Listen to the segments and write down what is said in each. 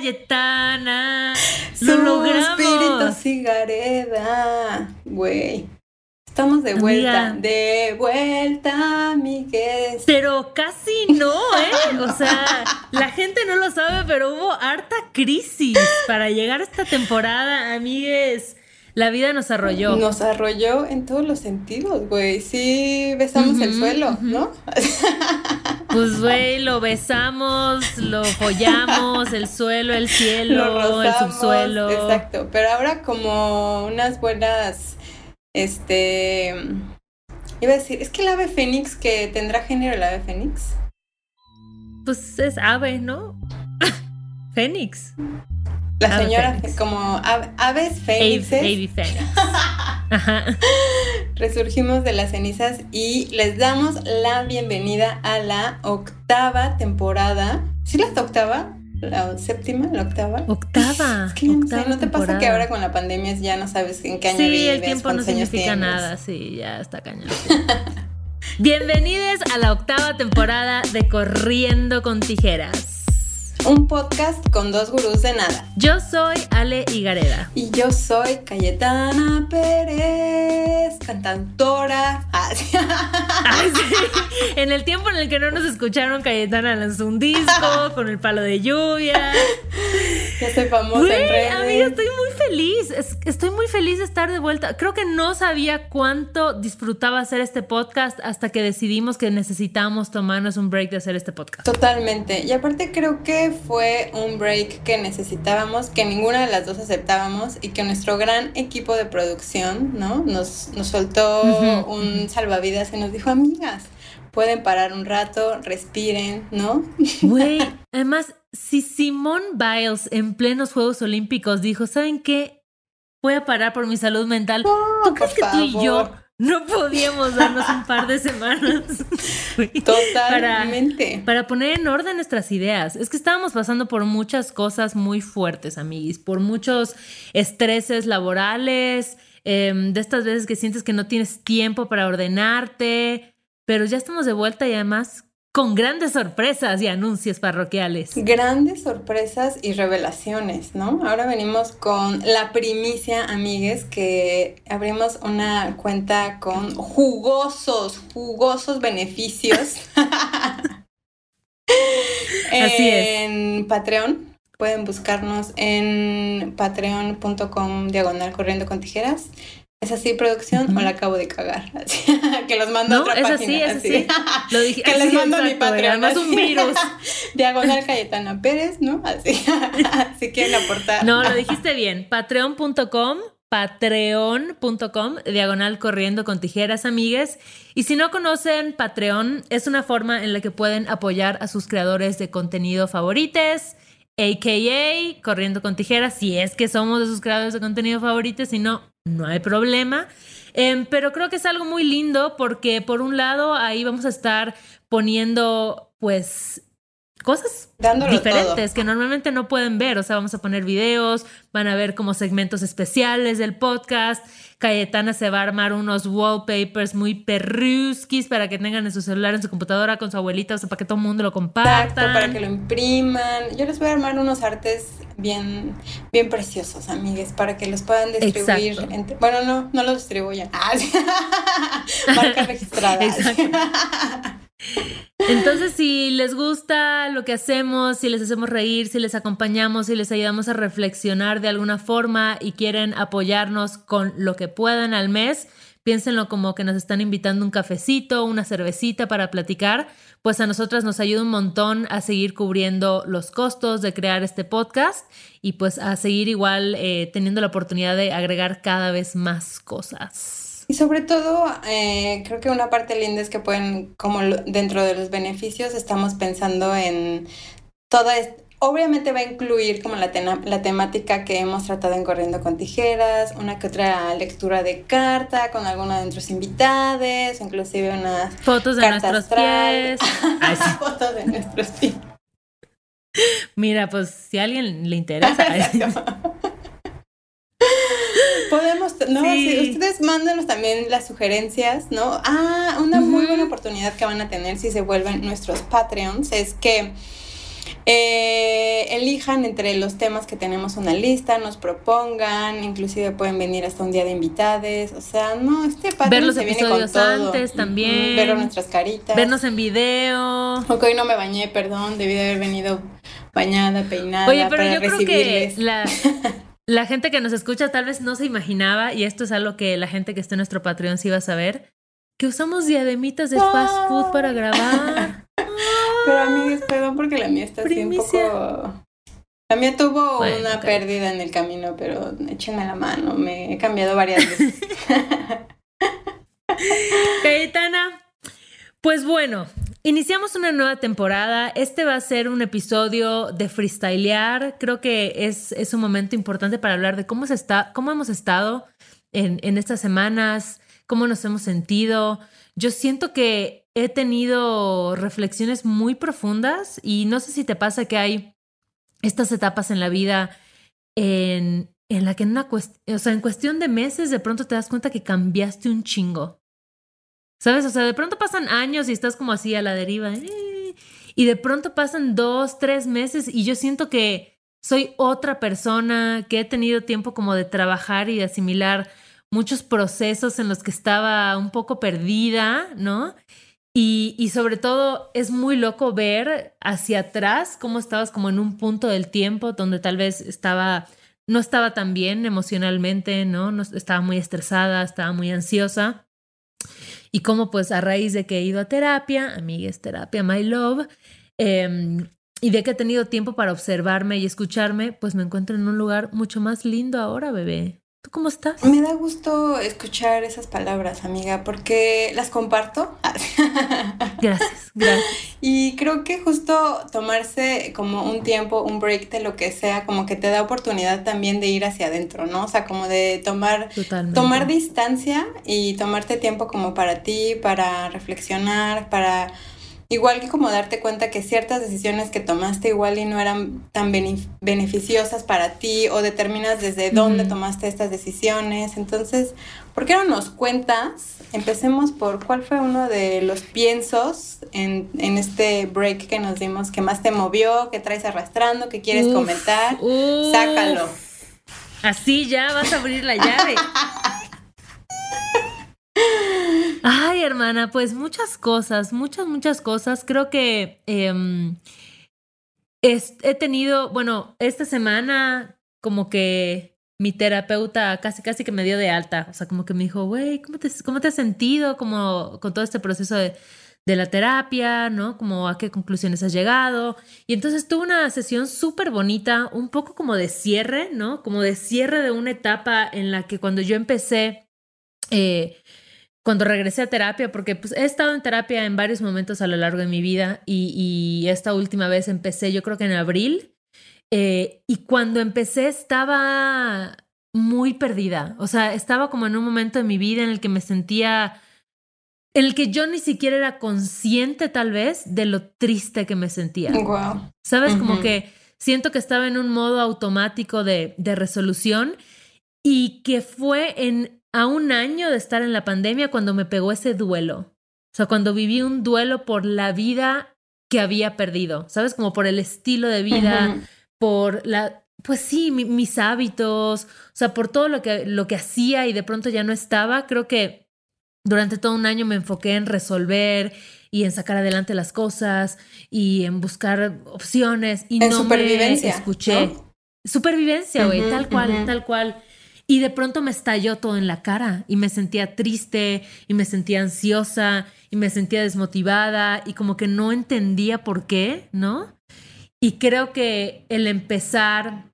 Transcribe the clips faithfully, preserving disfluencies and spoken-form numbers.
Cayetana. Lo logramos. Suspirito Cigareda. Güey. Estamos de vuelta. Amiga. De vuelta, amigues. Pero casi no, ¿eh? O sea, la gente no lo sabe, pero hubo harta crisis para llegar a esta temporada, amigues. La vida nos arrolló. Nos arrolló en todos los sentidos, güey. Sí, besamos uh-huh, el suelo, uh-huh. ¿no? Pues, güey, lo besamos, lo follamos, el suelo, el cielo, lo rozamos, el subsuelo. Exacto, pero ahora como unas buenas, este... Iba a decir, ¿es que el ave fénix que tendrá género el ave fénix? Pues es ave, ¿no? Fénix. La ave señora, fénix. Como ave, aves fénixes. Ave fénix. Ajá. Resurgimos de las cenizas y les damos la bienvenida a la octava temporada. ¿Sí la octava? ¿La séptima? ¿La octava? Octava. Es que no, octava sé, ¿no te temporada. Pasa que ahora con la pandemia ya no sabes en qué año sí, vives? Sí, el tiempo no significa nada. Sí, ya está cañón. Bienvenidos a la octava temporada de Corriendo con Tijeras. Un podcast con dos gurús de nada. Yo soy Ale Higareda. Y yo soy Cayetana Pérez, cantautora. Ah, sí. Ay, sí. En el tiempo en el que no nos escucharon, Cayetana lanzó un disco con El Palo de Lluvia. Ya soy famosa Güey, en redes. Amiga, estoy muy feliz. Es, estoy muy feliz de estar de vuelta. Creo que no sabía cuánto disfrutaba hacer este podcast hasta que decidimos que necesitábamos tomarnos un break de hacer este podcast. Totalmente. Y aparte creo que fue un break que necesitábamos, que ninguna de las dos aceptábamos y que nuestro gran equipo de producción, ¿no? Nos, nos soltó uh-huh. un salvavidas y nos dijo, amigas, pueden parar un rato, respiren, ¿no? Güey, además, si Simone Biles en plenos Juegos Olímpicos dijo, ¿saben qué? Voy a parar por mi salud mental. No, ¿Tú crees que favor. tú y yo no podíamos darnos un par de semanas? Totalmente. Para, para poner en orden nuestras ideas. Es que estábamos pasando por muchas cosas muy fuertes, amiguis. Por muchos estreses laborales, eh, de estas veces que sientes que no tienes tiempo para ordenarte. Pero ya estamos de vuelta y además con grandes sorpresas y anuncios parroquiales. Grandes sorpresas y revelaciones, ¿no? Ahora venimos con la primicia, amigues, que abrimos una cuenta con jugosos, jugosos beneficios. Así en es. Patreon. Pueden buscarnos en patreon.com diagonal corriendo con tijeras. ¿Es así, producción? Uh-huh. ¿O la acabo de cagar? Así, que los mando no, a otra es página. Así, es así. así. Lo dije, que así, les mando exacto, a mi Patreon. No es un virus. Diagonal Cayetana Pérez, ¿no? Así. Si quieren aportar. No, lo dijiste bien. Patreon.com, patreon.com, diagonal corriendo con tijeras, amigues. Y si no conocen Patreon, es una forma en la que pueden apoyar a sus creadores de contenido favoritos, a k a. Corriendo con Tijeras, si es que somos de sus creadores de contenido favoritos, si no, no hay problema. Eh, pero creo que es algo muy lindo porque, por un lado, ahí vamos a estar poniendo, pues, cosas Dándolo diferentes todo. Que normalmente no pueden ver. O sea, vamos a poner videos, van a ver como segmentos especiales del podcast. Cayetana se va a armar unos wallpapers muy perruskis para que tengan en su celular, en su computadora, con su abuelita, o sea, para que todo el mundo lo comparta. Exacto, para que lo impriman. Yo les voy a armar unos artes bien, bien preciosos, amigues, para que los puedan distribuir. Entre... Bueno, no, no los distribuyan. Ah, sí. Marca registrada. Exacto. Entonces, si les gusta lo que hacemos, si les hacemos reír, si les acompañamos, si les ayudamos a reflexionar de alguna forma y quieren apoyarnos con lo que puedan al mes, piénsenlo como que nos están invitando un cafecito, una cervecita para platicar, pues a nosotras nos ayuda un montón a seguir cubriendo los costos de crear este podcast y pues a seguir igual eh, teniendo la oportunidad de agregar cada vez más cosas. Y sobre todo, eh, creo que una parte linda es que pueden, como dentro de los beneficios, estamos pensando en toda esta... Obviamente va a incluir como la, tena, la temática que hemos tratado en Corriendo con Tijeras, una que otra lectura de carta con alguno de nuestros invitados, inclusive unas fotos de nuestros astral. Pies. Ay, sí. Fotos de nuestros pies. Mira, pues si a alguien le interesa. Podemos, no, sí. sí, ustedes mándenos también las sugerencias, ¿no? Ah, una uh-huh. muy buena oportunidad que van a tener si se vuelven nuestros Patreons es que eh, elijan entre los temas que tenemos una lista, nos propongan, inclusive pueden venir hasta un día de invitades, o sea, no, este Patreon ver los se viene con episodios todo. antes también, uh-huh, ver nuestras caritas, vernos en video. Ok, hoy no me bañé, perdón, debí de haber venido bañada, peinada. Oye, pero para yo creo recibirles. que la, la gente que nos escucha tal vez no se imaginaba, y esto es algo que la gente que está en nuestro Patreon sí va a saber, que usamos diademitas de fast food para grabar. Pero amigas, perdón porque la mía está así un Primicia. poco... La mía tuvo Bueno, una ok. pérdida en el camino, pero échenme la mano, me he cambiado varias veces. Cayetana, pues bueno, iniciamos una nueva temporada. Este va a ser un episodio de freestylear. Creo que es, es un momento importante para hablar de cómo se está, cómo hemos estado en, en estas semanas, cómo nos hemos sentido. Yo siento que he tenido reflexiones muy profundas y no sé si te pasa que hay estas etapas en la vida en, en la que en una cuest- o sea, en cuestión de meses de pronto te das cuenta que cambiaste un chingo. ¿Sabes? O sea, de pronto pasan años y estás como así a la deriva. eh, Y de pronto pasan dos, tres meses y yo siento que soy otra persona, que he tenido tiempo como de trabajar y de asimilar muchos procesos en los que estaba un poco perdida, ¿no? Y, y sobre todo es muy loco ver hacia atrás cómo estabas como en un punto del tiempo donde tal vez estaba, no estaba tan bien emocionalmente, ¿no? No estaba muy estresada, estaba muy ansiosa. Y cómo pues a raíz de que he ido a terapia, amigues, terapia, my love, eh, y de que he tenido tiempo para observarme y escucharme, pues me encuentro en un lugar mucho más lindo ahora, bebé. ¿Tú cómo estás? Me da gusto escuchar esas palabras, amiga, porque las comparto. Gracias, gracias. Y creo que justo tomarse como un tiempo, un break de lo que sea, como que te da oportunidad también de ir hacia adentro, ¿no? O sea, como de tomar, Totalmente. tomar distancia y tomarte tiempo como para ti, para reflexionar, para... Igual que como darte cuenta que ciertas decisiones que tomaste igual y no eran tan benef- beneficiosas para ti o determinas desde Ujú. dónde tomaste estas decisiones. Entonces, ¿por qué no nos cuentas? Empecemos por cuál fue uno de los piensos en, en este break que nos dimos que más te movió, que traes arrastrando, que quieres Uf, comentar. uf. Sácalo. Así ya vas a abrir la llave. Ay, hermana, pues muchas cosas, muchas, muchas cosas. Creo que eh, es- he tenido, bueno, esta semana como que mi terapeuta casi, casi que me dio de alta. O sea, como que me dijo, güey, ¿cómo te, cómo te has sentido como con todo este proceso de, de la terapia, ¿no? Como a qué conclusiones has llegado. Y entonces tuve una sesión súper bonita, un poco como de cierre, ¿no? Como de cierre de una etapa en la que cuando yo empecé... Eh, Cuando regresé a terapia, porque pues he estado en terapia en varios momentos a lo largo de mi vida y, y esta última vez empecé yo creo que en abril eh, y cuando empecé estaba muy perdida, o sea, estaba como en un momento de mi vida en el que me sentía, en el que yo ni siquiera era consciente tal vez de lo triste que me sentía. Wow. ¿Sabes? Ujú. Como que siento que estaba en un modo automático de, de resolución y que fue en a un año de estar en la pandemia cuando me pegó ese duelo. O sea, cuando viví un duelo por la vida que había perdido, ¿sabes? Como por el estilo de vida, Ujú. por la, pues sí, mi, mis hábitos, o sea, por todo lo que, lo que hacía y de pronto ya no estaba. Creo que durante todo un año me enfoqué en resolver y en sacar adelante las cosas y en buscar opciones y En no supervivencia, me escuché. ¿no? Supervivencia, güey, Ujú, tal cual, ujú. tal cual. Y de pronto me estalló todo en la cara y me sentía triste y me sentía ansiosa y me sentía desmotivada y como que no entendía por qué, ¿no? Y creo que el empezar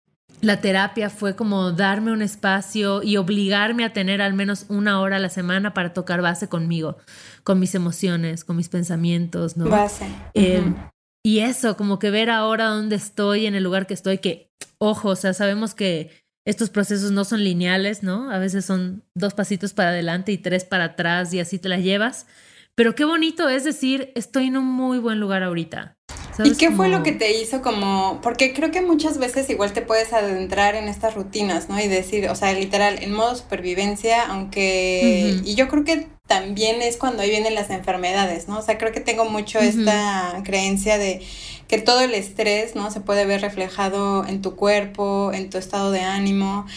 la terapia fue como darme un espacio y obligarme a tener al menos una hora a la semana para tocar base conmigo, con mis emociones, con mis pensamientos, ¿no? Base. Eh, Ujú. y eso, como que ver ahora dónde estoy, en el lugar que estoy, que, ojo, o sea, sabemos que estos procesos no son lineales, ¿no? A veces son dos pasitos para adelante y tres para atrás y así te las llevas. Pero qué bonito es decir, estoy en un muy buen lugar ahorita. ¿Sabes? ¿Y qué fue Como- lo que te hizo como...? Porque creo que muchas veces igual te puedes adentrar en estas rutinas, ¿no? Y decir, o sea, literal, en modo supervivencia, aunque... Ujú. Y yo creo que también es cuando ahí vienen las enfermedades, ¿no? O sea, creo que tengo mucho Ujú. esta creencia de que todo el estrés, ¿no? Se puede ver reflejado en tu cuerpo, en tu estado de ánimo.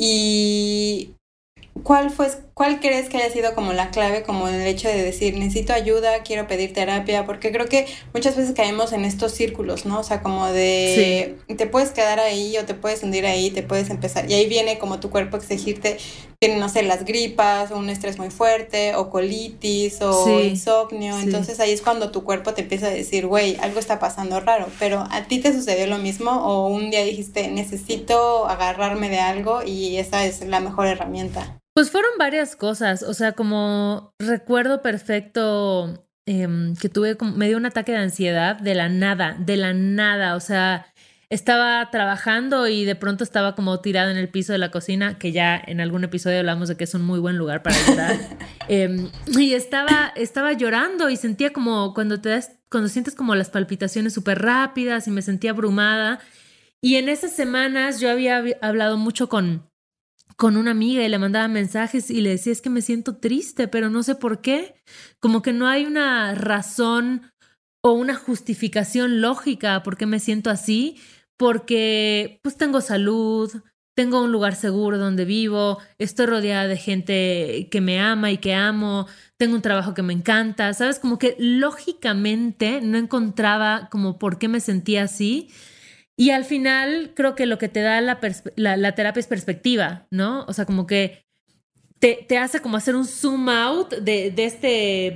Y ¿cuál fue, cuál crees que haya sido como la clave, como el hecho de decir, necesito ayuda, quiero pedir terapia? Porque creo que muchas veces caemos en estos círculos, ¿no? O sea, como de, sí, te puedes quedar ahí o te puedes hundir ahí, te puedes empezar, y ahí viene como tu cuerpo a exigirte, tiene, no sé, las gripas, o un estrés muy fuerte, o colitis, o sí, insomnio. Sí. Entonces ahí es cuando tu cuerpo te empieza a decir, güey, algo está pasando raro. Pero ¿a ti te sucedió lo mismo? ¿O un día dijiste, necesito agarrarme de algo y esa es la mejor herramienta? Pues fueron varias cosas, o sea, como recuerdo perfecto eh, que tuve, como, me dio un ataque de ansiedad de la nada, de la nada, o sea, estaba trabajando y de pronto estaba como tirada en el piso de la cocina, que ya en algún episodio hablamos de que es un muy buen lugar para llorar, eh, y estaba, estaba llorando y sentía como cuando te das, cuando sientes como las palpitaciones súper rápidas y me sentía abrumada, y en esas semanas yo había hablado mucho con con una amiga y le mandaba mensajes y le decía, es que me siento triste, pero no sé por qué. Como que no hay una razón o una justificación lógica a por qué me siento así, porque pues tengo salud, tengo un lugar seguro donde vivo, estoy rodeada de gente que me ama y que amo, tengo un trabajo que me encanta, ¿sabes? Como que lógicamente no encontraba como por qué me sentía así. Y al final creo que lo que te da la, perspe- la, la terapia es perspectiva, ¿no? O sea, como que te, te hace como hacer un zoom out de, de este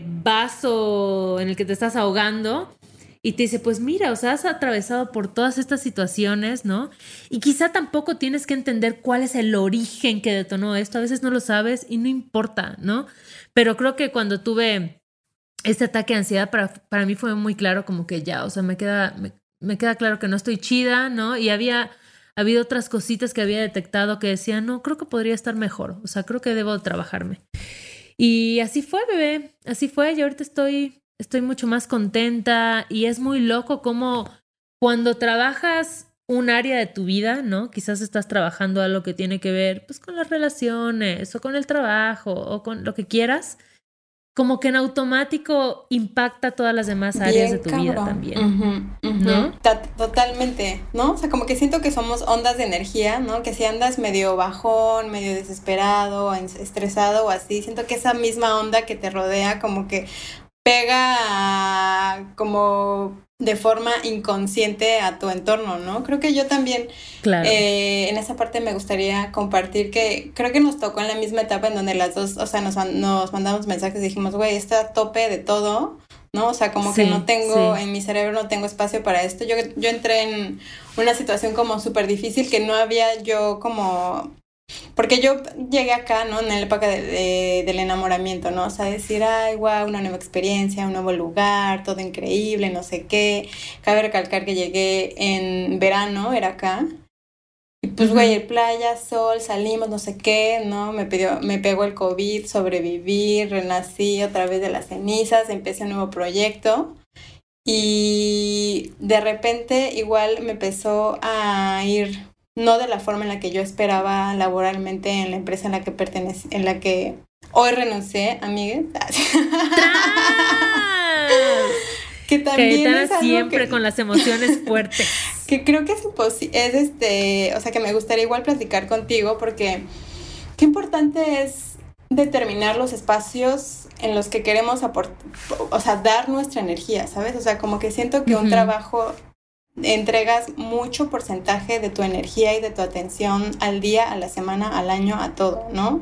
vaso en el que te estás ahogando y te dice, pues mira, o sea, has atravesado por todas estas situaciones, ¿no? Y quizá tampoco tienes que entender cuál es el origen que detonó esto. A veces no lo sabes y no importa, ¿no? Pero creo que cuando tuve este ataque de ansiedad, para, para mí fue muy claro como que ya, o sea, me queda... Me, me queda claro que no estoy chida, ¿no? Y había habido otras cositas que había detectado que decían, no, creo que podría estar mejor, o sea, creo que debo trabajarme. Y así fue, bebé, así fue, y ahorita estoy, estoy mucho más contenta y es muy loco como cuando trabajas un área de tu vida, ¿no? Quizás estás trabajando algo que tiene que ver, pues, con las relaciones o con el trabajo o con lo que quieras, como que en automático impacta todas las demás áreas Bien, de tu cabrón. vida también, uh-huh, uh-huh. ¿no? Totalmente, ¿no? O sea, como que siento que somos ondas de energía, ¿no? Que si andas medio bajón, medio desesperado, estresado o así, siento que esa misma onda que te rodea como que pega como de forma inconsciente a tu entorno, ¿no? Creo que yo también claro. eh, en esa parte me gustaría compartir que creo que nos tocó en la misma etapa en donde las dos, o sea, nos, nos mandamos mensajes y dijimos, güey, está a tope de todo, ¿no? O sea, como sí, que no tengo, sí. en mi cerebro no tengo espacio para esto. Yo, yo entré en una situación como súper difícil que no había yo como... Porque yo llegué acá, ¿no? En la época de, de, del enamoramiento, ¿no? O sea, decir, ay, guau, una nueva experiencia, un nuevo lugar, todo increíble, no sé qué. Cabe recalcar que llegué en verano, era acá. Y pues, güey, uh-huh. playa, sol, salimos, no sé qué, ¿no? Me, pidió, me pegó el COVID, sobreviví, renací otra vez de las cenizas, empecé un nuevo proyecto. Y de repente igual me empezó a ir... no de la forma en la que yo esperaba laboralmente en la empresa en la que pertenece, en la que hoy renuncié, amigues. que también es algo siempre que, con las emociones fuertes. Que creo que es imposible, es este, o sea, que me gustaría igual platicar contigo porque qué importante es determinar los espacios en los que queremos aportar, o sea, dar nuestra energía, ¿sabes? O sea, como que siento que uh-huh. un trabajo entregas mucho porcentaje de tu energía y de tu atención al día, a la semana, al año, a todo, ¿no?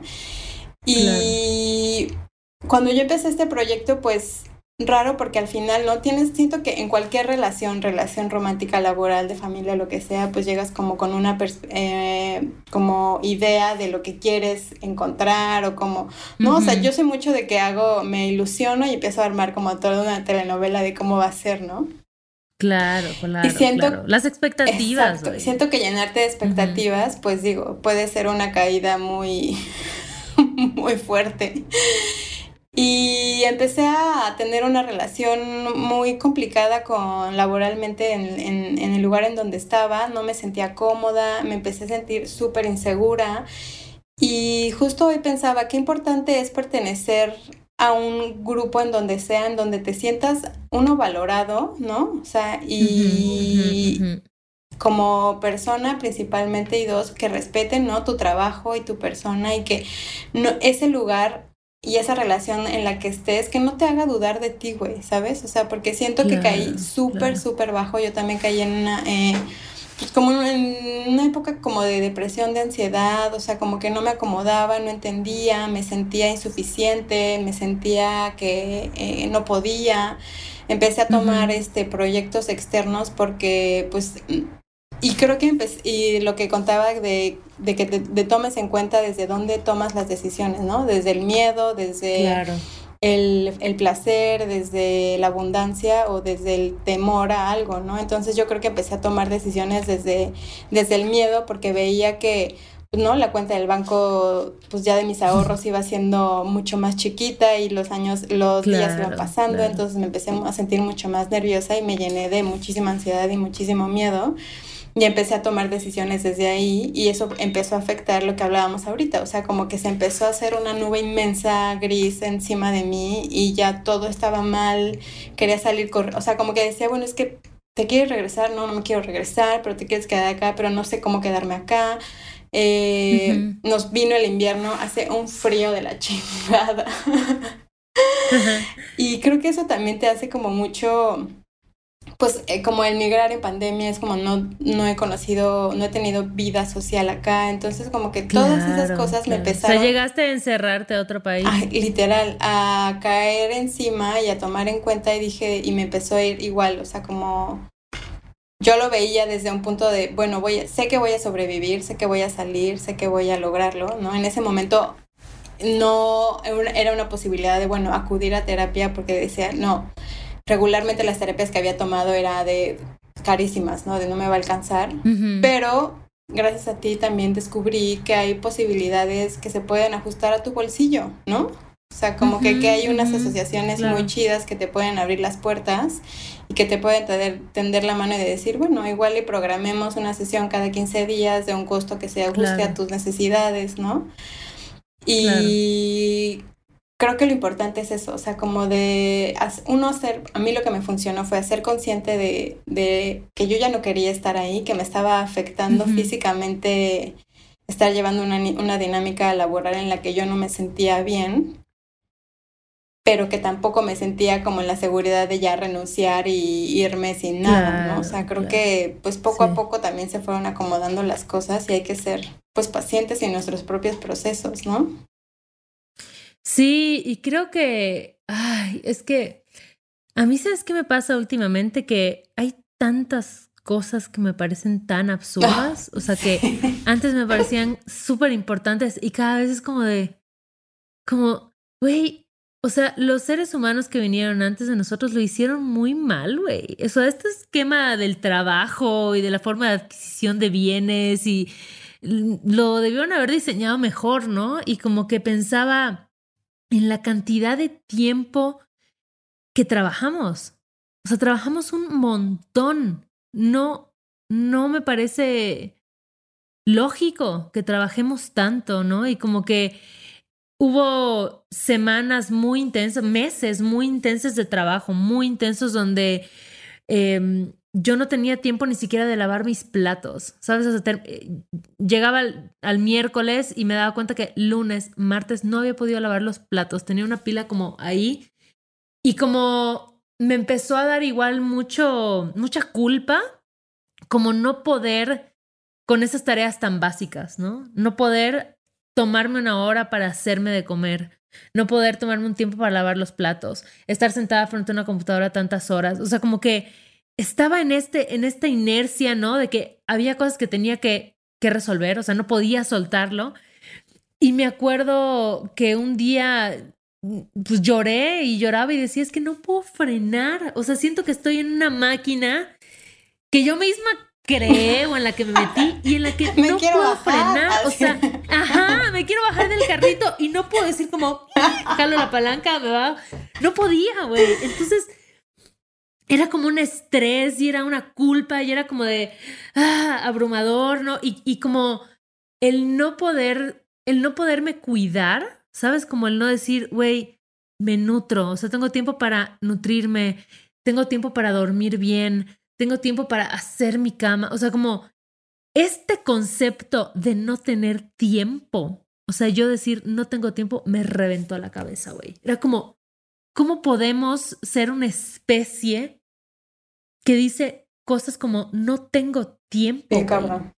Y claro. cuando yo empecé este proyecto, pues raro porque al final no tienes, siento que en cualquier relación, relación romántica, laboral, de familia, lo que sea, pues llegas como con una pers- eh, como idea de lo que quieres encontrar o como, ¿no? Uh-huh. O sea, yo sé mucho de que hago, me ilusiono y empiezo a armar como toda una telenovela de cómo va a ser, ¿no? Claro, claro, y siento, claro. Las expectativas. Exacto, siento que llenarte de expectativas, uh-huh. pues digo, puede ser una caída muy, muy fuerte. Y empecé a tener una relación muy complicada con laboralmente en, en, en el lugar en donde estaba. No me sentía cómoda, me empecé a sentir súper insegura. Y justo hoy pensaba, qué importante es pertenecer a un grupo en donde sea, en donde te sientas, uno, valorado, ¿no? O sea, y uh-huh, uh-huh. como persona principalmente, y dos, que respeten, ¿no? Tu trabajo y tu persona, y que no, ese lugar y esa relación en la que estés, que no te haga dudar de ti, güey, ¿sabes? O sea, porque siento que caí Claro, súper, claro. súper bajo. Yo también caí en una... Eh, pues como en una época como de depresión, de ansiedad, o sea, como que no me acomodaba, no entendía, me sentía insuficiente, me sentía que eh, no podía. Empecé a tomar Uh-huh. este proyectos externos porque pues y creo que empecé, y lo que contaba de, de que te de tomes en cuenta desde dónde tomas las decisiones, ¿no? Desde el miedo, desde Claro. el, el placer, desde la abundancia o desde el temor a algo, ¿no? Entonces yo creo que empecé a tomar decisiones desde, desde el miedo porque veía que, ¿no? La cuenta del banco, pues ya de mis ahorros iba siendo mucho más chiquita y los años, los días iban Claro, pasando, claro. entonces me empecé a sentir mucho más nerviosa y me llené de muchísima ansiedad y muchísimo miedo. Y empecé a tomar decisiones desde ahí y eso empezó a afectar lo que hablábamos ahorita, o sea, como que se empezó a hacer una nube inmensa gris encima de mí y ya todo estaba mal, quería salir, o sea, como que decía, bueno, es que te quieres regresar, no, no me quiero regresar, pero te quieres quedar acá, pero no sé cómo quedarme acá. Eh, Uh-huh. nos vino el invierno, hace un frío de la chingada. Y creo que eso también te hace como mucho... Pues eh, como el migrar en pandemia es como no, no he conocido, no he tenido vida social acá, entonces como que todas esas Claro, cosas me claro. O sea, empezaron llegaste a encerrarte a otro a, país. literal, a caer encima y a tomar en cuenta y dije, y me empezó a ir igual, o sea, como yo lo veía desde un punto de, bueno, voy a, sé que voy a sobrevivir, sé que voy a salir, sé que voy a lograrlo, ¿no? En ese momento no era una posibilidad de, bueno, acudir a terapia porque decía, no, regularmente las terapias que había tomado era de carísimas, ¿no? De no me va a alcanzar, Uh-huh. pero gracias a ti también descubrí que hay posibilidades que se pueden ajustar a tu bolsillo, ¿no? O sea, como que, que Uh-huh, hay unas uh-huh. asociaciones muy Claro. chidas que te pueden abrir las puertas y que te pueden tender, tender la mano y de decir, bueno, igual y programemos una sesión cada quince días de un costo que se ajuste a Claro, tus necesidades, ¿no? claro. Y creo que lo importante es eso, o sea, como de uno ser, a mí lo que me funcionó fue ser consciente de, de que yo ya no quería estar ahí, que me estaba afectando Uh-huh. físicamente estar llevando una, una dinámica laboral en la que yo no me sentía bien, pero que tampoco me sentía como en la seguridad de ya renunciar y irme sin nada, ¿no? O sea, Claro, creo claro. que pues poco a Sí. poco también se fueron acomodando las cosas y hay que ser pues pacientes en nuestros propios procesos, ¿no? Sí, y creo que, ay, es que a mí, ¿sabes qué me pasa últimamente? Que hay tantas cosas que me parecen tan Oh, absurdas, o sea, que sí. antes me parecían súper importantes y cada vez es como de, como, güey, o sea, los seres humanos que vinieron antes de nosotros lo hicieron muy mal, güey. O sea, este esquema del trabajo y de la forma de adquisición de bienes y l- lo debieron haber diseñado mejor, ¿no? Y como que pensaba en la cantidad de tiempo que trabajamos. O sea, trabajamos un montón. No, no me parece lógico que trabajemos tanto, ¿no? Y como que hubo semanas muy intensas, meses muy intensos de trabajo, muy intensos donde eh, yo no tenía tiempo ni siquiera de lavar mis platos, ¿sabes? O sea, ter- eh, llegaba al, al miércoles y me daba cuenta que lunes, martes no había podido lavar los platos, tenía una pila como ahí y como me empezó a dar igual mucho, mucha culpa, como no poder con esas tareas tan básicas, ¿no? No poder tomarme una hora para hacerme de comer, no poder tomarme un tiempo para lavar los platos, estar sentada frente a una computadora tantas horas, o sea, como que estaba en este, en esta inercia, ¿no? De que había cosas que tenía que, que resolver, o sea, no podía soltarlo. Y me acuerdo que un día pues lloré y lloraba y decía, es que no puedo frenar, o sea, siento que estoy en una máquina que yo misma creé o en la que me metí y en la que Me no quiero puedo bajar. frenar, o Así. sea, ajá, me quiero bajar del carrito y no puedo decir como, jalo la palanca, me va, no podía, güey, entonces era como un estrés y era una culpa y era como de, ah, abrumador, ¿no? Y, y como el no poder, el no poderme cuidar, ¿sabes? Como el no decir, güey, me nutro, o sea, tengo tiempo para nutrirme, tengo tiempo para dormir bien, tengo tiempo para hacer mi cama, o sea, como este concepto de no tener tiempo, o sea, yo decir no tengo tiempo, me reventó la cabeza, güey. Era como, ¿cómo podemos ser una especie que dice cosas como no tengo tiempo? Bien, cabrón.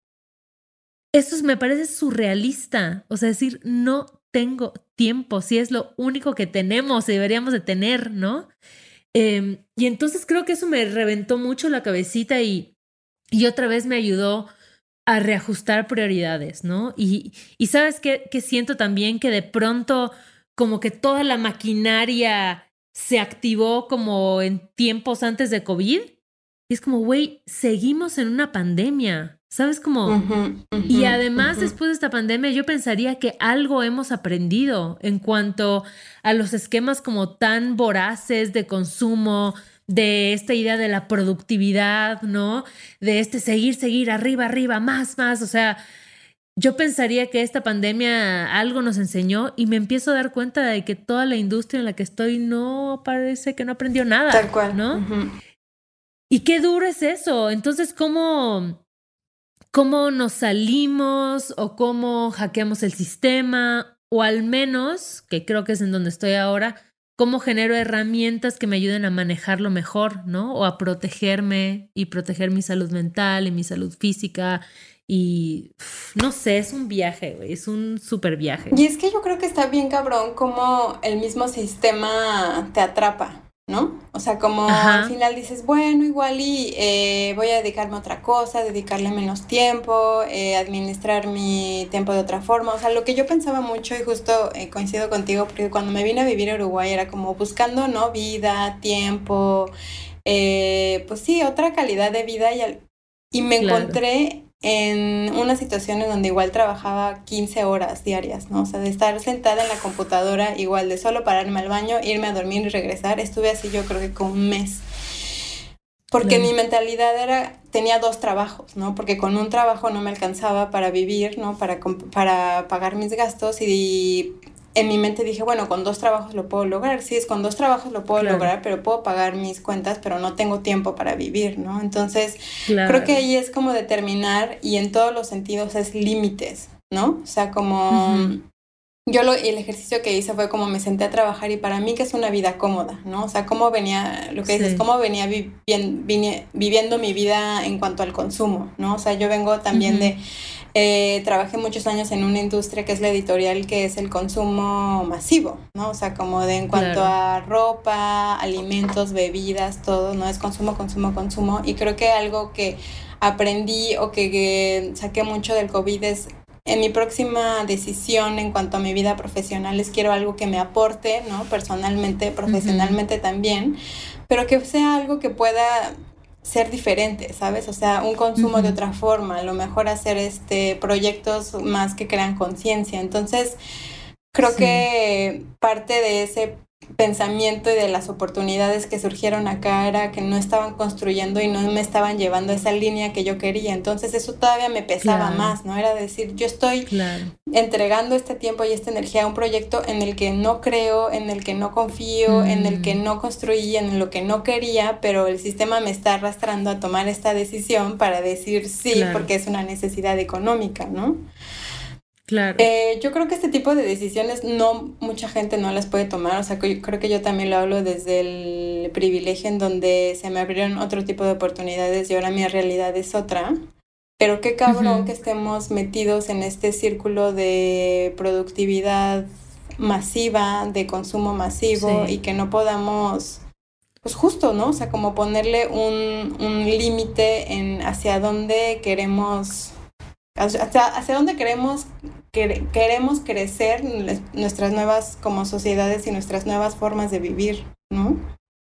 Eso es, me parece surrealista, o sea, decir no tengo tiempo, si es lo único que tenemos y deberíamos de tener, ¿no? Eh, y entonces creo que eso me reventó mucho la cabecita y, y otra vez me ayudó a reajustar prioridades, ¿no? Y, y ¿sabes qué? Que siento también que de pronto como que toda la maquinaria se activó como en tiempos antes de COVID. Y es como, güey, seguimos en una pandemia, ¿sabes? Como, uh-huh, uh-huh, y además uh-huh. después de esta pandemia yo pensaría que algo hemos aprendido en cuanto a los esquemas como tan voraces de consumo, de esta idea de la productividad, ¿no? De este seguir, seguir, arriba, arriba, más, más. O sea, yo pensaría que esta pandemia algo nos enseñó y me empiezo a dar cuenta de que toda la industria en la que estoy no parece que no aprendió nada. Tal cual. ¿No? Uh-huh. Y qué duro es eso. Entonces, ¿cómo, cómo nos salimos o cómo hackeamos el sistema? O al menos, que creo que es en donde estoy ahora, cómo genero herramientas que me ayuden a manejarlo mejor, ¿no? O a protegerme y proteger mi salud mental y mi salud física. Y uf, no sé, es un viaje, güey, es un súper viaje. Y es que yo creo que está bien cabrón cómo el mismo sistema te atrapa, ¿no? O sea, como Ajá. al final dices, bueno, igual y eh, voy a dedicarme a otra cosa, dedicarle menos tiempo, eh, administrar mi tiempo de otra forma. O sea, lo que yo pensaba mucho y justo eh, coincido contigo, porque cuando me vine a vivir a Uruguay era como buscando, ¿no? Vida, tiempo, eh, pues sí, otra calidad de vida y, al, y me Claro. encontré en una situación en donde igual trabajaba quince horas diarias, ¿no? O sea, de estar sentada en la computadora, igual de solo pararme al baño, irme a dormir y regresar. Estuve así yo creo que como un mes. Porque Claro. mi mentalidad era, tenía dos trabajos, ¿no? Porque con un trabajo no me alcanzaba para vivir, ¿no? Para, para pagar mis gastos y en mi mente dije, bueno, con dos trabajos lo puedo lograr. Sí, es con dos trabajos lo puedo Claro. lograr, pero puedo pagar mis cuentas, pero no tengo tiempo para vivir, ¿no? Entonces, Claro. creo que ahí es como determinar y en todos los sentidos es límites, ¿no? O sea, como... Uh-huh. Yo lo, el ejercicio que hice fue como me senté a trabajar y para mí que es una vida cómoda, ¿no? O sea, cómo venía, lo que dices, sí. cómo venía vi, bien, vine, viviendo mi vida en cuanto al consumo, ¿no? O sea, yo vengo también uh-huh. de... Eh, trabajé muchos años en una industria que es la editorial, que es el consumo masivo, ¿no? O sea, como de en cuanto claro. a ropa, alimentos, bebidas, todo, ¿no? Es consumo, consumo, consumo. Y creo que algo que aprendí o que, que saqué mucho del COVID es... En mi próxima decisión en cuanto a mi vida profesional les quiero algo que me aporte, ¿no? Personalmente, profesionalmente uh-huh. también, pero que sea algo que pueda ser diferente, ¿sabes? O sea, un consumo uh-huh. de otra forma, a lo mejor hacer este proyectos más que crean conciencia. Entonces, creo sí. que parte de ese pensamiento y de las oportunidades que surgieron acá era que no estaban construyendo y no me estaban llevando a esa línea que yo quería. Entonces eso todavía me pesaba claro. más, ¿no? Era decir, yo estoy claro. entregando este tiempo y esta energía a un proyecto en el que no creo, en el que no confío, mm. en el que no construí, en lo que no quería, pero el sistema me está arrastrando a tomar esta decisión para decir sí, claro. porque es una necesidad económica, ¿no? Claro. Eh, yo creo que este tipo de decisiones no mucha gente no las puede tomar, o sea, que yo, creo que yo también lo hablo desde el privilegio en donde se me abrieron otro tipo de oportunidades y ahora mi realidad es otra, pero qué cabrón uh-huh. que estemos metidos en este círculo de productividad masiva, de consumo masivo sí. y que no podamos, pues justo, ¿no? O sea, como ponerle un, un límite en hacia dónde queremos... Hacia, hacia dónde queremos, que, queremos crecer nuestras nuevas como sociedades y nuestras nuevas formas de vivir, ¿no?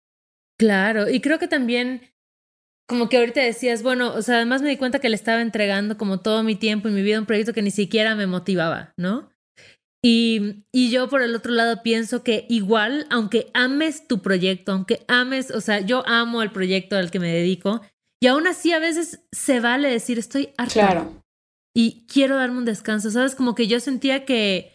Claro, y creo que también, como que ahorita decías, bueno, o sea, además me di cuenta que le estaba entregando como todo mi tiempo y mi vida a un proyecto que ni siquiera me motivaba, ¿no? Y, y yo por el otro lado pienso que igual, aunque ames tu proyecto, aunque ames, o sea, yo amo el proyecto al que me dedico, y aún así a veces se vale decir, estoy harta. Claro. Y quiero darme un descanso, ¿sabes? Como que yo sentía que,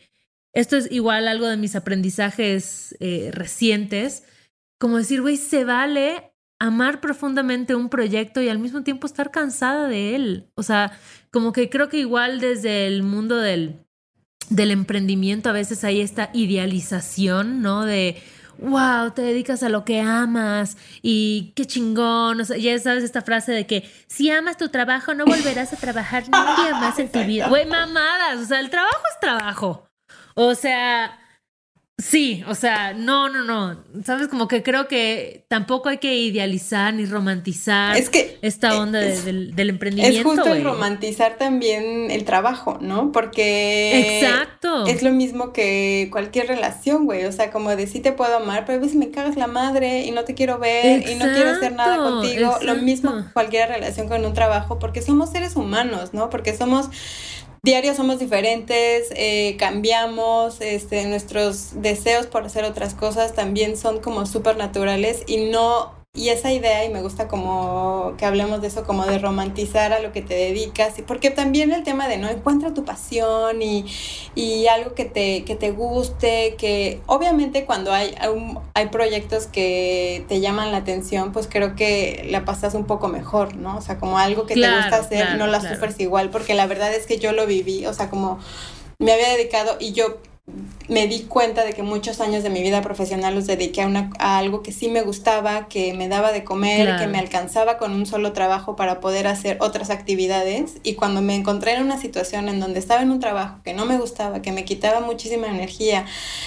esto es igual algo de mis aprendizajes eh, recientes, como decir, güey, se vale amar profundamente un proyecto y al mismo tiempo estar cansada de él. O sea, como que creo que igual desde el mundo del, del emprendimiento a veces hay esta idealización, ¿no? De, wow, te dedicas a lo que amas y qué chingón. O sea, ya sabes esta frase de que si amas tu trabajo no volverás a trabajar ni un día más en tu vida. Güey, mamadas. O sea, el trabajo es trabajo. O sea... Sí, o sea, no, no, no. Sabes, como que creo que tampoco hay que idealizar ni romantizar es que esta onda es, de, del, del emprendimiento. Es justo wey. el romantizar también el trabajo, ¿no? Porque Exacto. Es lo mismo que cualquier relación, güey. O sea, como de sí te puedo amar, pero a veces me cagas la madre y no te quiero ver exacto, y no quiero hacer nada contigo. Exacto. Lo mismo que cualquier relación con un trabajo, porque somos seres humanos, ¿no? Porque somos... Diarios somos diferentes, eh, cambiamos, este, nuestros deseos por hacer otras cosas también son como súper naturales y no, y esa idea, y me gusta como que hablemos de eso, como de romantizar a lo que te dedicas, y porque también el tema de no encuentra tu pasión y, y algo que te, que te guste, que obviamente cuando hay, hay, hay proyectos que te llaman la atención, pues creo que la pasas un poco mejor, ¿no? O sea, como algo que claro, te gusta hacer, claro, no la claro. sufres igual, porque la verdad es que yo lo viví, o sea, como me había dedicado y yo me di cuenta de que muchos años de mi vida profesional los dediqué a, una, a algo que sí me gustaba, que me daba de comer, claro. que me alcanzaba con un solo trabajo para poder hacer otras actividades, y cuando me encontré en una situación en donde estaba en un trabajo que no me gustaba, que me quitaba muchísima energía,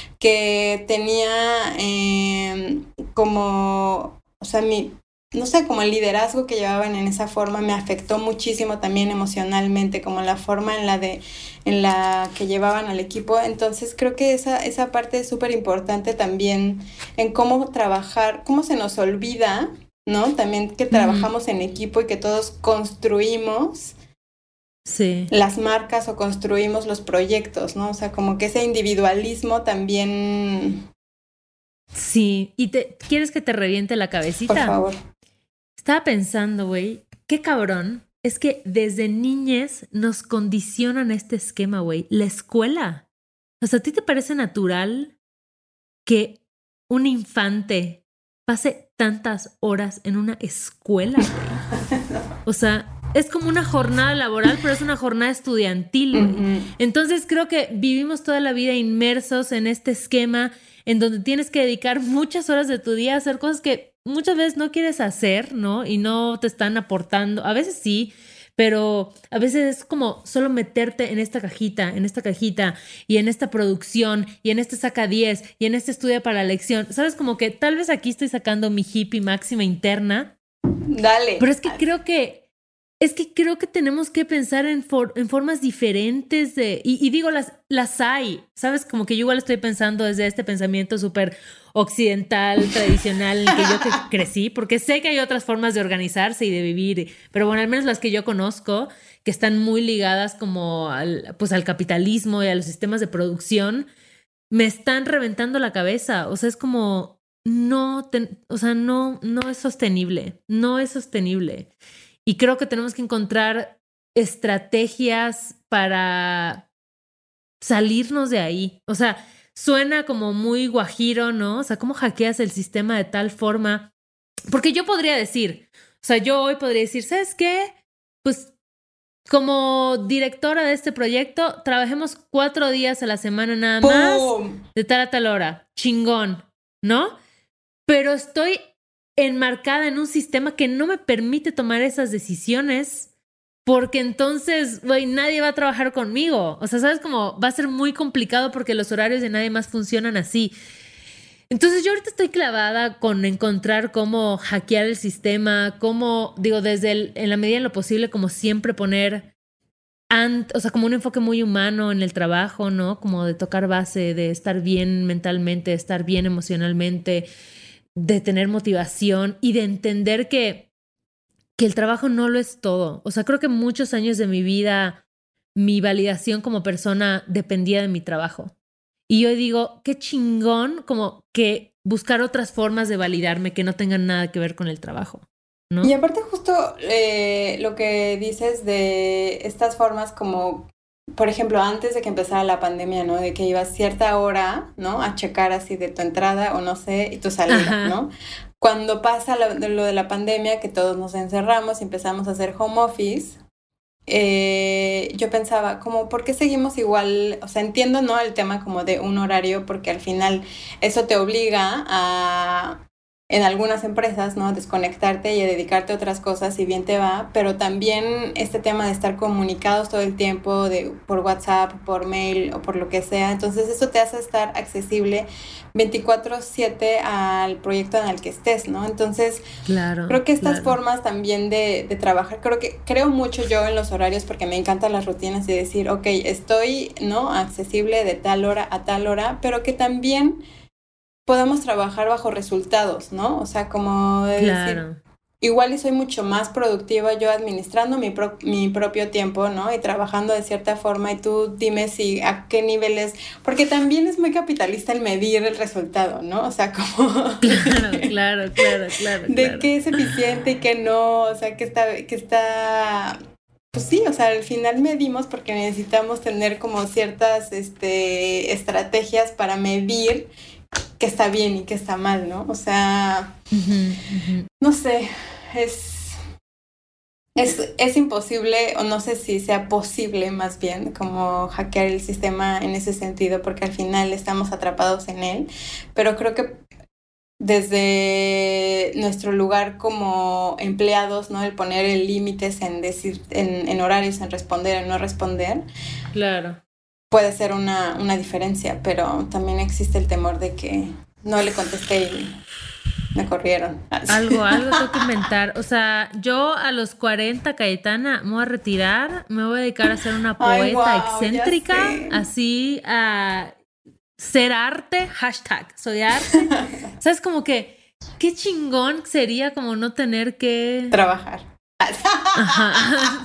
que tenía eh, como, o sea, mi... no sé, como el liderazgo que llevaban en esa forma me afectó muchísimo también emocionalmente, como la forma en la de en la que llevaban al equipo. Entonces creo que esa, esa parte es súper importante también en cómo trabajar, cómo se nos olvida, ¿no? También que trabajamos mm. en equipo y que todos construimos sí. las marcas o construimos los proyectos, ¿no? O sea, como que ese individualismo también... Sí, ¿y te quieres que te reviente la cabecita? Por favor. Estaba pensando, güey, qué cabrón. Es que desde niñez nos condicionan este esquema, güey. La escuela. O sea, ¿a ti te parece natural que un infante pase tantas horas en una escuela, güey? O sea, es como una jornada laboral, pero es una jornada estudiantil, güey. Uh-huh. Entonces creo que vivimos toda la vida inmersos en este esquema en donde tienes que dedicar muchas horas de tu día a hacer cosas que muchas veces no quieres hacer, ¿no? Y no te están aportando. A veces sí, pero a veces es como solo meterte en esta cajita, en esta cajita, y en esta producción, y en este saca diez, y en este estudia para la lección. ¿Sabes? Como que tal vez aquí estoy sacando mi hippie máxima interna. Dale. Pero es que creo que Es que creo que tenemos que pensar en, for, en formas diferentes de... Y, y digo, las, las hay, ¿sabes? Como que yo igual estoy pensando desde este pensamiento súper occidental, tradicional, en el que yo que crecí, porque sé que hay otras formas de organizarse y de vivir, pero bueno, al menos las que yo conozco, que están muy ligadas como al, pues al capitalismo y a los sistemas de producción, me están reventando la cabeza. O sea, es como... No, te, o sea, no, no es sostenible, no es sostenible. Y creo que tenemos que encontrar estrategias para salirnos de ahí. O sea, suena como muy guajiro, ¿no? O sea, ¿cómo hackeas el sistema de tal forma? Porque yo podría decir, o sea, yo hoy podría decir, ¿sabes qué? Pues como directora de este proyecto, trabajemos cuatro días a la semana nada más, ¡pum! De tal a tal hora. Chingón, ¿no? Pero estoy enmarcada en un sistema que no me permite tomar esas decisiones, porque entonces, güey, nadie va a trabajar conmigo. O sea, ¿sabes? Como va a ser muy complicado porque los horarios de nadie más funcionan así. Entonces yo ahorita estoy clavada con encontrar cómo hackear el sistema, cómo, digo, desde el, en la medida de lo posible, como siempre poner, ant, o sea, como un enfoque muy humano en el trabajo, ¿no? Como de tocar base, de estar bien mentalmente, de estar bien emocionalmente, de tener motivación y de entender que, que el trabajo no lo es todo. O sea, creo que muchos años de mi vida, mi validación como persona dependía de mi trabajo. Y yo digo, qué chingón como que buscar otras formas de validarme que no tengan nada que ver con el trabajo, ¿no? Y aparte justo eh, lo que dices de estas formas como por ejemplo, antes de que empezara la pandemia, ¿no? De que ibas cierta hora, ¿no? A checar así de tu entrada o no sé, y tu salida, Ajá. ¿no? Cuando pasa lo, lo de la pandemia, que todos nos encerramos y empezamos a hacer home office, eh, yo pensaba, como, ¿por qué seguimos igual? O sea, entiendo, ¿no? El tema como de un horario, porque al final eso te obliga a... en algunas empresas, ¿no? Desconectarte y a dedicarte a otras cosas, si bien te va, pero también este tema de estar comunicados todo el tiempo de, por WhatsApp, por mail o por lo que sea, entonces eso te hace estar accesible veinticuatro siete al proyecto en el que estés, ¿no? Entonces, claro, creo que estas claro. formas también de, de trabajar, creo que creo mucho yo en los horarios porque me encantan las rutinas y decir, ok, estoy, ¿no? Accesible de tal hora a tal hora, pero que también podemos trabajar bajo resultados, ¿no? O sea, como de claro. decir, igual y soy mucho más productiva yo administrando mi, pro- mi propio tiempo, ¿no? Y trabajando de cierta forma, y tú dime si a qué niveles, porque también es muy capitalista el medir el resultado, ¿no? O sea, como... Claro, claro, claro, claro. De claro. qué es eficiente y qué no, o sea, que está... Que está pues sí, o sea, al final medimos porque necesitamos tener como ciertas este, estrategias para medir que está bien y que está mal, ¿no? O sea, uh-huh, uh-huh. no sé, es, es, es imposible, o no sé si sea posible más bien, como hackear el sistema en ese sentido, porque al final estamos atrapados en él, pero creo que desde nuestro lugar como empleados, ¿no? El poner el límites en decir, en, en horarios, en responder, en no responder. Claro. Puede ser una, una diferencia, pero también existe el temor de que no le contesté y me corrieron. Algo, algo tengo que inventar. O sea, yo a los cuarenta, Cayetana, me voy a retirar, me voy a dedicar a ser una poeta Ay, wow, excéntrica, así a ser arte, hashtag, soy arte. ¿Sabes? Como que, qué chingón sería como no tener que... trabajar. Ajá.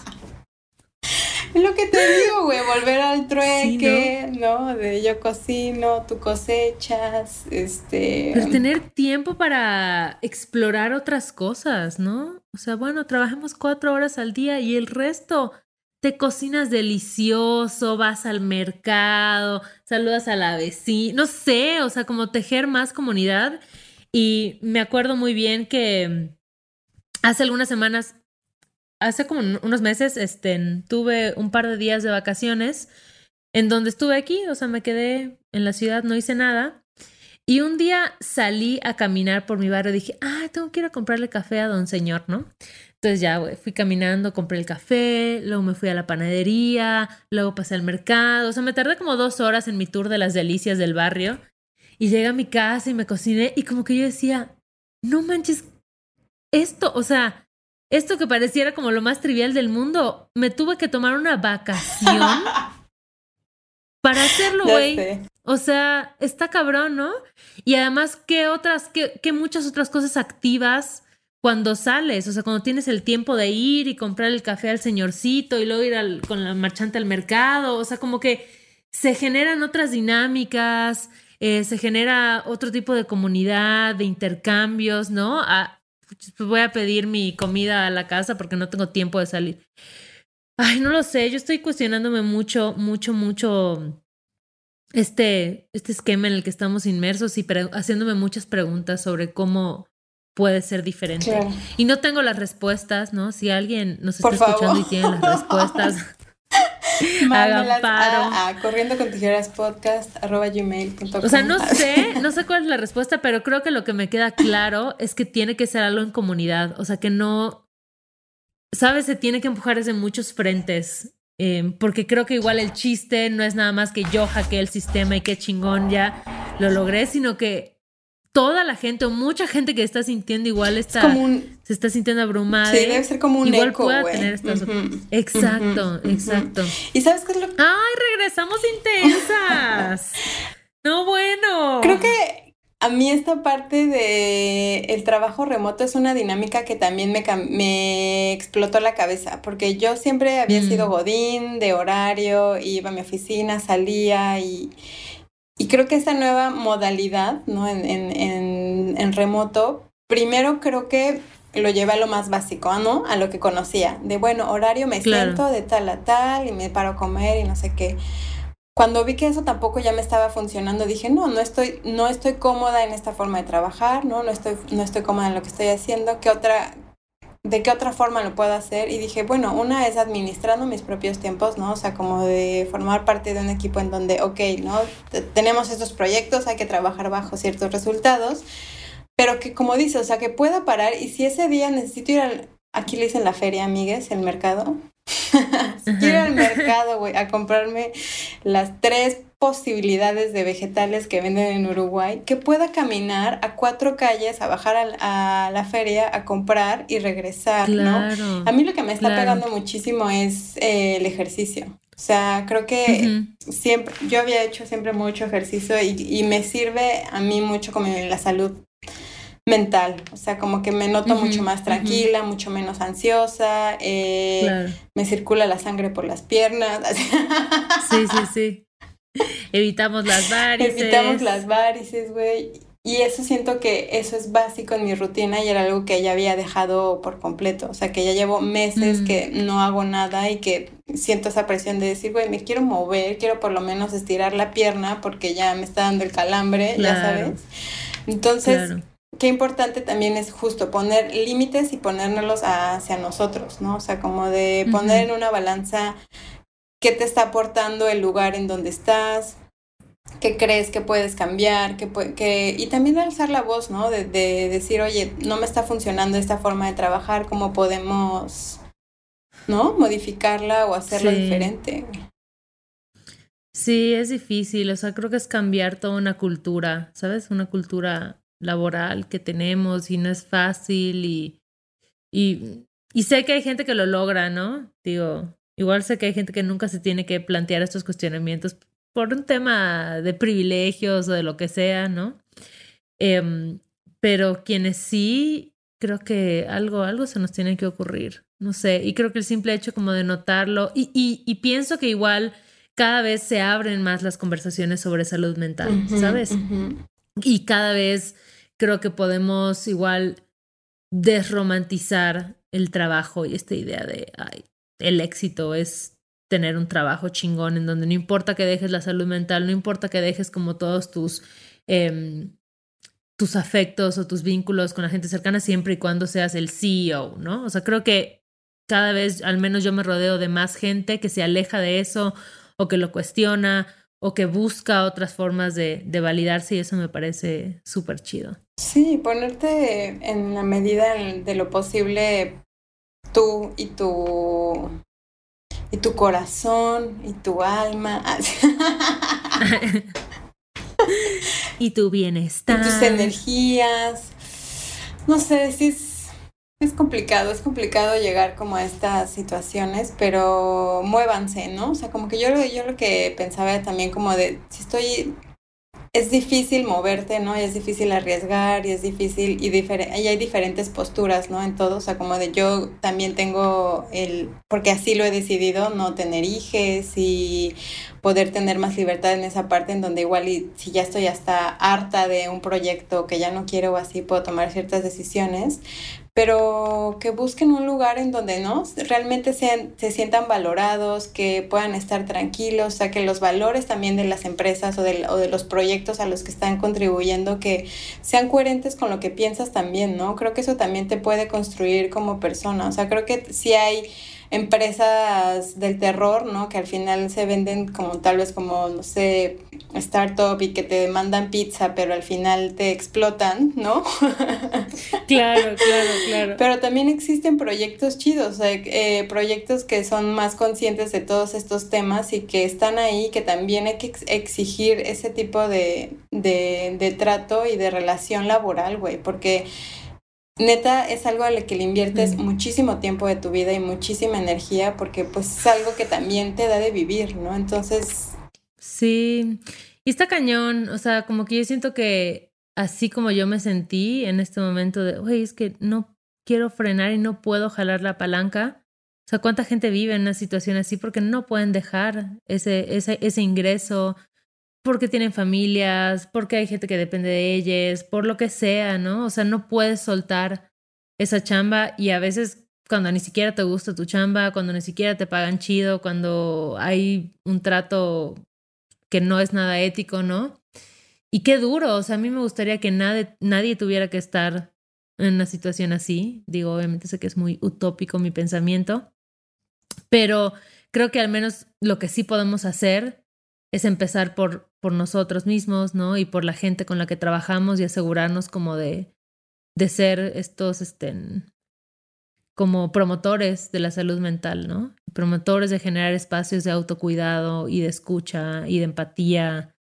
Es lo que te digo, güey, volver al trueque, sí, ¿no? ¿no? De yo cocino, tú cosechas, este... Pero tener tiempo para explorar otras cosas, ¿no? O sea, bueno, trabajemos cuatro horas al día y el resto te cocinas delicioso, vas al mercado, saludas a la vecina, no sé, o sea, como tejer más comunidad. Y me acuerdo muy bien que hace algunas semanas... Hace como unos meses este, tuve un par de días de vacaciones en donde estuve aquí, o sea, me quedé en la ciudad, no hice nada. Y un día salí a caminar por mi barrio y dije, ah, tengo que ir a comprarle café a don señor, ¿no? Entonces ya, güey, fui caminando, compré el café, luego me fui a la panadería, luego pasé al mercado. O sea, me tardé como dos horas en mi tour de las delicias del barrio. Y llegué a mi casa y me cociné y como que yo decía, no manches, esto, o sea... Esto que pareciera como lo más trivial del mundo, me tuve que tomar una vacación para hacerlo, güey. O sea, está cabrón, ¿no? Y además, ¿qué otras, qué, qué muchas otras cosas activas cuando sales? O sea, cuando tienes el tiempo de ir y comprar el café al señorcito y luego ir al, con la marchante al mercado. O sea, como que se generan otras dinámicas, eh, se genera otro tipo de comunidad, de intercambios, ¿no? A, pues voy a pedir mi comida a la casa porque no tengo tiempo de salir. Ay, no lo sé, yo estoy cuestionándome mucho, mucho, mucho este, este esquema en el que estamos inmersos y pre- haciéndome muchas preguntas sobre cómo puede ser diferente. Claro. Y no tengo las respuestas, ¿no? Si alguien nos está Por escuchando favor. Y tiene las respuestas... Hagan paro. A, a corriendo con tijeras podcast arroba gmail punto com. O sea, no sé, no sé cuál es la respuesta, pero creo que lo que me queda claro es que tiene que ser algo en comunidad. O sea, que no, ¿sabes? Se tiene que empujar desde muchos frentes. Eh, porque creo que igual el chiste no es nada más que yo hackeé el sistema y qué chingón ya lo logré, sino que toda la gente o mucha gente que está sintiendo igual está, un, se está sintiendo abrumada. Sí, debe ser como un igual eco, pueda güey. tener estas uh-huh, exacto, uh-huh, exacto. Uh-huh. ¿Y sabes qué es lo que... ¡Ay, regresamos intensas! No, bueno. Creo que a mí esta parte de el trabajo remoto es una dinámica que también me, me explotó la cabeza, porque yo siempre había mm. sido godín, de horario, iba a mi oficina, salía y... Y creo que esta nueva modalidad, ¿no? En, en, en, en remoto, primero creo que lo llevé a lo más básico, ¿no? A lo que conocía. De bueno, horario me Claro. siento de tal a tal y me paro a comer y no sé qué. Cuando vi que eso tampoco ya me estaba funcionando, dije, no, no estoy, no estoy cómoda en esta forma de trabajar, ¿no? No estoy, no estoy cómoda en lo que estoy haciendo. ¿Qué otra, de qué otra forma lo puedo hacer? Y dije, bueno, una es administrando mis propios tiempos, ¿no? O sea, como de formar parte de un equipo en donde, ok, ¿no? T- tenemos estos proyectos, hay que trabajar bajo ciertos resultados, pero que como dice, o sea, que pueda parar y si ese día necesito ir al, aquí le dicen la feria, amigues, el mercado. Si quiero ir Ajá. al mercado, güey, a comprarme las tres posibilidades de vegetales que venden en Uruguay, que pueda caminar a cuatro calles, a bajar al- a, la feria, a comprar y regresar, ¿no? A Claro, mí lo que me está claro. pegando muchísimo es eh, el ejercicio. O sea, creo que Ujú, siempre, yo había hecho siempre mucho ejercicio y, y me sirve a mí mucho como en la salud mental, o sea, como que me noto mucho ujú, más ujú. tranquila, mucho menos ansiosa, eh, Claro. me circula la sangre por las piernas, Sí, sí, sí. Evitamos las evitamos las varices. varices, güey, y eso siento que eso es básico en mi rutina y era algo que ya había dejado por completo, o sea, que ya llevo meses Mm, que no hago nada y que siento esa presión de decir, güey, me quiero mover, quiero por lo menos estirar la pierna porque ya me está dando el calambre, ya claro, sabes. Entonces, claro. qué importante también es justo poner límites y ponérnoslos hacia nosotros, ¿no? O sea, como de poner Ujú. en una balanza qué te está aportando el lugar en donde estás, qué crees que puedes cambiar, qué pue- que, y también alzar la voz, ¿no? De, de decir, oye, no me está funcionando esta forma de trabajar, ¿cómo podemos, ¿no? Modificarla o hacerlo Sí, diferente. sí, es difícil. O sea, creo que es cambiar toda una cultura, ¿sabes? Una cultura laboral que tenemos y no es fácil y, y, y sé que hay gente que lo logra, ¿no? Digo, igual sé que hay gente que nunca se tiene que plantear estos cuestionamientos por un tema de privilegios o de lo que sea, ¿no? Em, pero quienes sí, creo que algo, algo se nos tiene que ocurrir. No sé, y creo que el simple hecho como de notarlo, y, y, y pienso que igual cada vez se abren más las conversaciones sobre salud mental, Ujú, ¿sabes? ujú. Y cada vez creo que podemos igual desromantizar el trabajo y esta idea de, ay, el éxito es tener un trabajo chingón en donde no importa que dejes la salud mental, no importa que dejes como todos tus... em, tus afectos o tus vínculos con la gente cercana siempre y cuando seas el C E O, ¿no? O sea, creo que cada vez, al menos yo me rodeo de más gente que se aleja de eso o que lo cuestiona o que busca otras formas de, de validarse y eso me parece súper chido. Sí, ponerte en la medida de lo posible tú y tu y tu corazón y tu alma Y tu y tus bienestar. energías. No sé, sí es, es complicado, es complicado llegar como a estas situaciones, pero muévanse, ¿no? O sea, como que yo, lo- yo lo que pensaba también como de, si estoy es difícil moverte, ¿no? Y es difícil arriesgar y es difícil y, difer- y hay diferentes posturas, ¿no? En todo, o sea, como de yo también tengo el, porque así lo he decidido, no tener hijes y poder tener más libertad en esa parte en donde igual y si ya estoy hasta harta de un proyecto que ya no quiero o así, puedo tomar ciertas decisiones, pero que busquen un lugar en donde no realmente sean, se sientan valorados, que puedan estar tranquilos, o sea, que los valores también de las empresas o de, o de los proyectos a los que están contribuyendo, que sean coherentes con lo que piensas también, ¿no? Creo que eso también te puede construir como persona, o sea, creo que sí hay empresas del terror, ¿no? Que al final se venden como tal vez como, no sé, startup y que te mandan pizza, pero al final te explotan, ¿no? Claro, claro, claro. Pero también existen proyectos chidos, o sea, eh, proyectos que son más conscientes de todos estos temas y que están ahí, que también hay que ex- exigir ese tipo de, de, de trato y de relación laboral, güey, porque neta es algo a lo que le inviertes Mm. muchísimo tiempo de tu vida y muchísima energía, porque pues es algo que también te da de vivir, ¿no? Entonces, Sí, y está cañón, o sea, como que yo siento que así como yo me sentí en este momento de, oye, es que no quiero frenar y no puedo jalar la palanca. O sea, ¿cuánta gente vive en una situación así porque no pueden dejar ese, ese, ese ingreso, porque tienen familias, porque hay gente que depende de ellas, por lo que sea, ¿no? O sea, no puedes soltar esa chamba y a veces cuando ni siquiera te gusta tu chamba, cuando ni siquiera te pagan chido, cuando hay un trato que no es nada ético, ¿no? Y qué duro, o sea, a mí me gustaría que nadie, nadie tuviera que estar en una situación así. Digo, obviamente sé que es muy utópico mi pensamiento, pero creo que al menos lo que sí podemos hacer es empezar por, por nosotros mismos, ¿no? Y por la gente con la que trabajamos y asegurarnos como de, de ser estos, este, como promotores de la salud mental, ¿no? Promotores de generar espacios de autocuidado y de escucha y de empatía,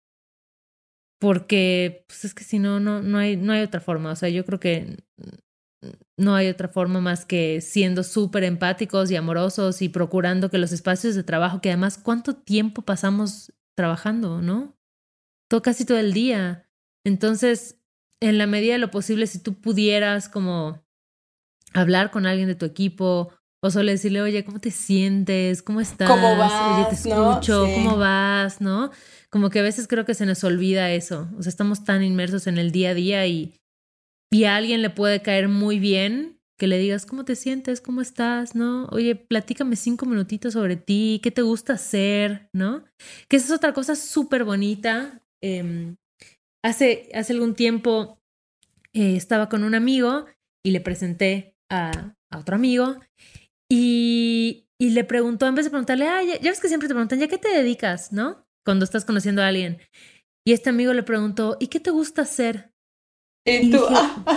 porque pues es que si no, no, no hay, no hay otra forma. O sea, yo creo que no hay otra forma más que siendo súper empáticos y amorosos y procurando que los espacios de trabajo, que además, ¿cuánto tiempo pasamos trabajando, no? Todo, casi todo el día. Entonces, en la medida de lo posible, si tú pudieras como hablar con alguien de tu equipo o solo decirle, oye, ¿cómo te sientes? ¿Cómo estás? ¿Cómo vas? Oye, te escucho, ¿no? Sí. ¿cómo vas? ¿No? Como que a veces creo que se nos olvida eso. O sea, estamos tan inmersos en el día a día y, y a alguien le puede caer muy bien que le digas, ¿cómo te sientes? ¿Cómo estás? ¿No? Oye, platícame cinco minutitos sobre ti. ¿Qué te gusta hacer? ¿No? Que esa es otra cosa súper bonita. Eh, hace, hace algún tiempo eh, estaba con un amigo y le presenté a, a otro amigo y, y le preguntó, en vez de preguntarle, ah, ya, ya ves que siempre te preguntan, ¿ya qué te dedicas? ¿No? Cuando estás conociendo a alguien. Y este amigo le preguntó, ¿y qué te gusta hacer? Y, y tú, dije,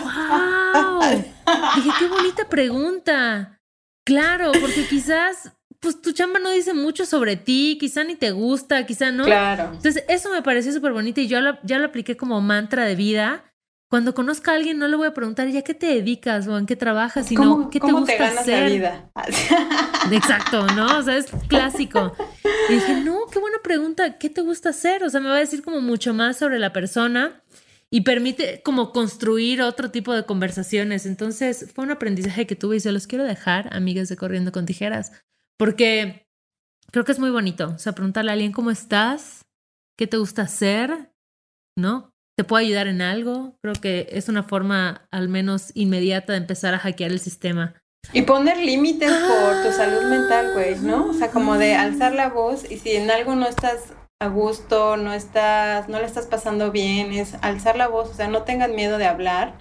wow, dije, qué bonita pregunta. Claro, porque quizás, pues tu chamba no dice mucho sobre ti, quizá ni te gusta, quizá no. Claro. Entonces, eso me pareció súper bonito y yo lo, ya lo apliqué como mantra de vida. Cuando conozca a alguien no le voy a preguntar, ¿ya qué te dedicas o en qué trabajas? Sino, ¿qué te ¿cómo gusta te ganas hacer? la vida? Exacto, ¿no? O sea, es clásico. Y dije, no, qué buena pregunta, ¿qué te gusta hacer? O sea, me va a decir como mucho más sobre la persona y permite como construir otro tipo de conversaciones. Entonces, fue un aprendizaje que tuve y se los quiero dejar, amigas de Corriendo con Tijeras, porque creo que es muy bonito. O sea, preguntarle a alguien, ¿cómo estás? ¿Qué te gusta hacer? ¿No? ¿Te puedo ayudar en algo? Creo que es una forma al menos inmediata de empezar a hackear el sistema. Y poner límites por tu salud mental, güey, ¿no? O sea, como de alzar la voz y si en algo no estás a gusto, no estás, no le estás pasando bien, es alzar la voz, o sea, no tengan miedo de hablar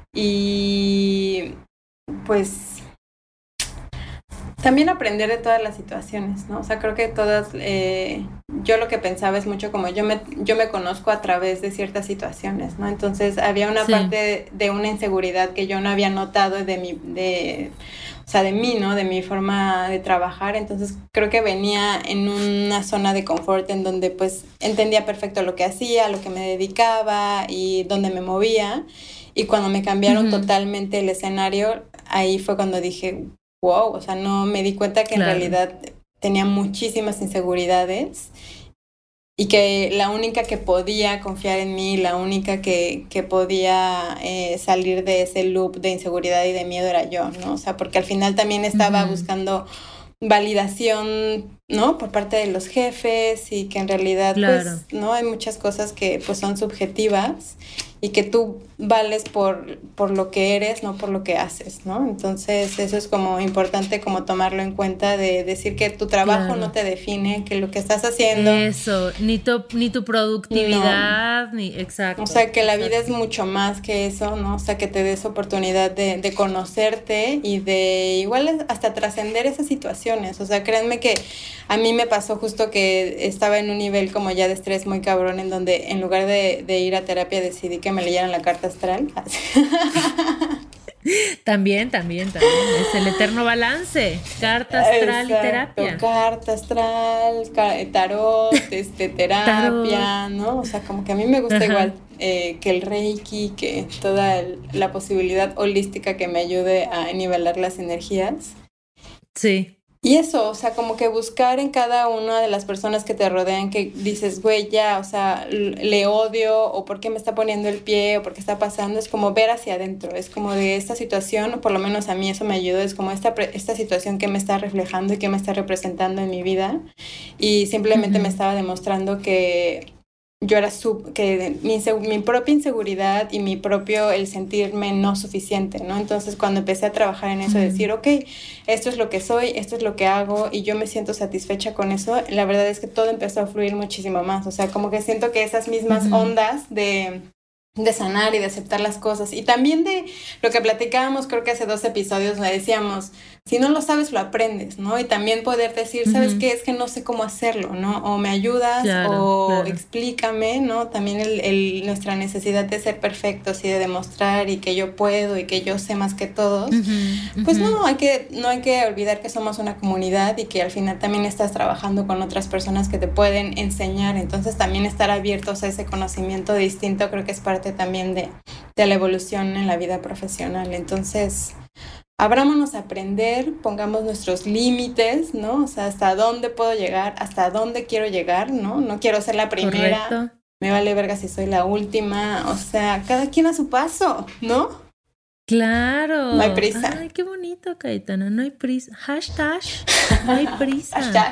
y pues también aprender de todas las situaciones, ¿no? O sea, creo que todas, eh, yo lo que pensaba es mucho como yo me, yo me conozco a través de ciertas situaciones, ¿no? Entonces había una sí. parte de, de una inseguridad que yo no había notado de mi, de, o sea, de mí, ¿no? De mi forma de trabajar. Entonces creo que venía en una zona de confort en donde pues entendía perfecto lo que hacía, lo que me dedicaba y dónde me movía. Y cuando me cambiaron uh-huh. totalmente el escenario, ahí fue cuando dije, wow, o sea, no me di cuenta que claro. en realidad tenía muchísimas inseguridades y que la única que podía confiar en mí, la única que, que podía eh, salir de ese loop de inseguridad y de miedo era yo, ¿no? O sea, porque al final también estaba uh-huh. buscando validación, ¿no? Por parte de los jefes y que en realidad, claro. pues, ¿no? Hay muchas cosas que, pues, son subjetivas y que tú vales por, por lo que eres, no por lo que haces, ¿no? Entonces eso es como importante como tomarlo en cuenta de decir que tu trabajo claro. no te define, que lo que estás haciendo... Eso, ni tu, ni tu productividad, no. ni... Exacto. O sea, que la exacto. vida es mucho más que eso, ¿no? O sea, que te des oportunidad de, de conocerte y de igual hasta trascender esas situaciones. O sea, créanme que a mí me pasó justo que estaba en un nivel como ya de estrés muy cabrón en donde en lugar de, de ir a terapia decidí que me leyeran la carta astral. También, también, también. Es el eterno balance. Carta astral. Exacto. Y terapia. Carta astral, tarot, este, terapia, tarot. ¿no? O sea, como que a mí me gusta Ajá. igual eh, que el Reiki, que toda el, la posibilidad holística que me ayude a nivelar las energías. Sí. Y eso, o sea, como que buscar en cada una de las personas que te rodean que dices, güey, ya, o sea, le odio, o por qué me está poniendo el pie, o por qué está pasando, es como ver hacia adentro, es como de esta situación, o por lo menos a mí eso me ayudó, es como esta, esta situación que me está reflejando y que me está representando en mi vida, y simplemente uh-huh. me estaba demostrando que yo era sub, que mi, mi propia inseguridad y mi propio el sentirme no suficiente, ¿no? Entonces cuando empecé a trabajar en eso, mm. decir, ok, esto es lo que soy, esto es lo que hago y yo me siento satisfecha con eso, la verdad es que todo empezó a fluir muchísimo más, o sea, como que siento que esas mismas mm. ondas de... de sanar y de aceptar las cosas y también de lo que platicábamos, creo que hace dos episodios le decíamos, si no lo sabes lo aprendes, ¿no? Y también poder decir, ¿sabes uh-huh. qué? Es que no sé cómo hacerlo, ¿no? O me ayudas claro, o claro. explícame, ¿no? También el, el, nuestra necesidad de ser perfectos y de demostrar y que yo puedo y que yo sé más que todos, uh-huh. pues uh-huh. no, hay que, no hay que olvidar que somos una comunidad y que al final también estás trabajando con otras personas que te pueden enseñar, entonces también estar abiertos a ese conocimiento distinto creo que es parte también de, de la evolución en la vida profesional. Entonces, abrámonos a aprender, pongamos nuestros límites, ¿no? O sea, hasta dónde puedo llegar, hasta dónde quiero llegar, ¿no? No quiero ser la primera, correcto. Me vale verga si soy la última, o sea, cada quien a su paso, ¿no? Claro. No hay prisa. Ay, qué bonito, Cayetana, no hay prisa. Hashtag, no hay prisa. Hashtag.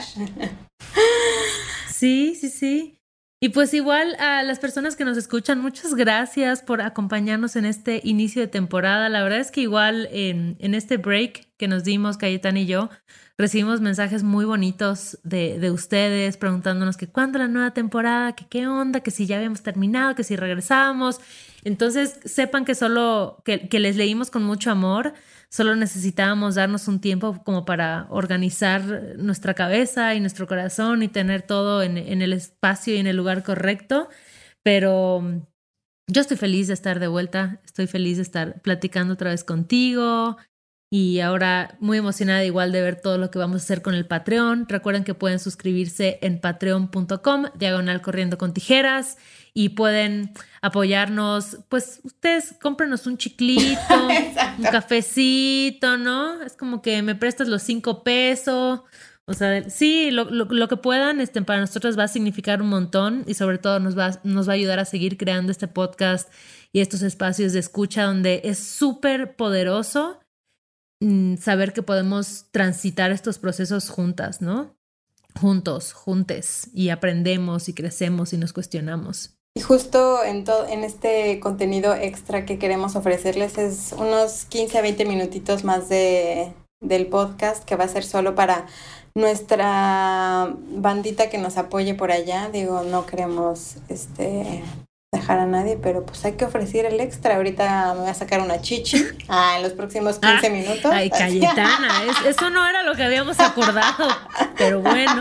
Sí, sí, sí. Y pues igual a las personas que nos escuchan, muchas gracias por acompañarnos en este inicio de temporada. La verdad es que igual en, en este break que nos dimos, Cayetana y yo, recibimos mensajes muy bonitos de, de ustedes preguntándonos que cuándo la nueva temporada, que qué onda, que si ya habíamos terminado, que si regresábamos. Entonces sepan que solo, que, que les leímos con mucho amor. Solo necesitábamos darnos un tiempo como para organizar nuestra cabeza y nuestro corazón y tener todo en, en el espacio y en el lugar correcto. Pero yo estoy feliz de estar de vuelta, estoy feliz de estar platicando otra vez contigo y ahora muy emocionada igual de ver todo lo que vamos a hacer con el Patreon. Recuerden que pueden suscribirse en patreon punto com, diagonal corriendo con tijeras. Y pueden apoyarnos, pues ustedes cómprenos un chiclito, un cafecito, ¿no? Es como que me prestas los cinco pesos. O sea, sí, lo, lo, lo que puedan este, para nosotros va a significar un montón y sobre todo nos va, nos va a ayudar a seguir creando este podcast y estos espacios de escucha donde es súper poderoso mmm, saber que podemos transitar estos procesos juntas, ¿no? Juntos, juntes, y aprendemos y crecemos y nos cuestionamos. Y justo en, to- en este contenido extra que queremos ofrecerles es unos quince a veinte minutitos más de, del podcast que va a ser solo para nuestra bandita que nos apoye por allá. Digo, no queremos este, dejar a nadie, pero pues hay que ofrecer el extra. Ahorita me voy a sacar una chichi ah, en los próximos quince ah, minutos. Ay, Cayetana, es, eso no era lo que habíamos acordado, pero bueno.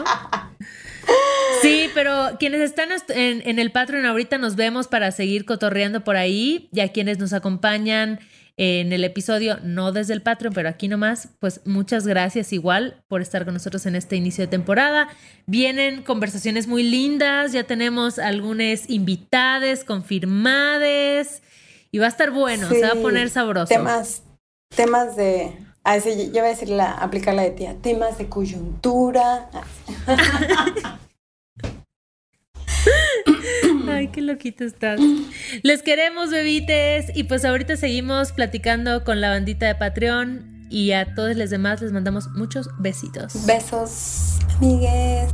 Sí, pero quienes están en, en el Patreon ahorita nos vemos para seguir cotorreando por ahí, y a quienes nos acompañan en el episodio, no desde el Patreon, pero aquí nomás, pues muchas gracias igual por estar con nosotros en este inicio de temporada. Vienen conversaciones muy lindas, ya tenemos algunas invitades confirmadas y va a estar bueno, sí, se va a poner sabroso. Temas, temas de... Ah, sí, yo voy a decir la, aplicar la de tía, temas de coyuntura. Ay, qué loquito estás. Les queremos, bebites. Y pues ahorita seguimos platicando con la bandita de Patreon. Y a todos los demás les mandamos muchos besitos. Besos, amigues.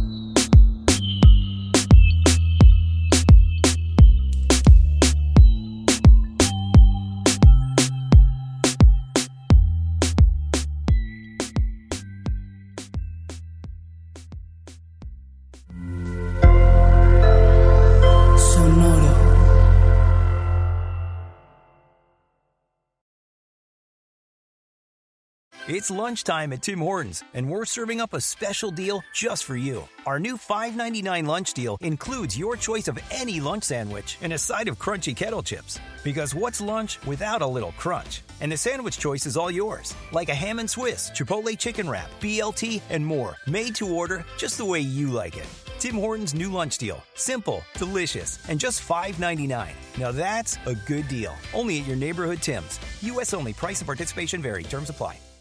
It's lunchtime at Tim Hortons, and we're serving up a special deal just for you. Our new five ninety-nine lunch deal includes your choice of any lunch sandwich and a side of crunchy kettle chips. Because what's lunch without a little crunch? And the sandwich choice is all yours, like a ham and Swiss, Chipotle chicken wrap, B L T, and more. Made to order just the way you like it. Tim Hortons' new lunch deal. Simple, delicious, and just five ninety-nine. Now that's a good deal. Only at your neighborhood Tim's. U S only. Price and participation vary. Terms apply.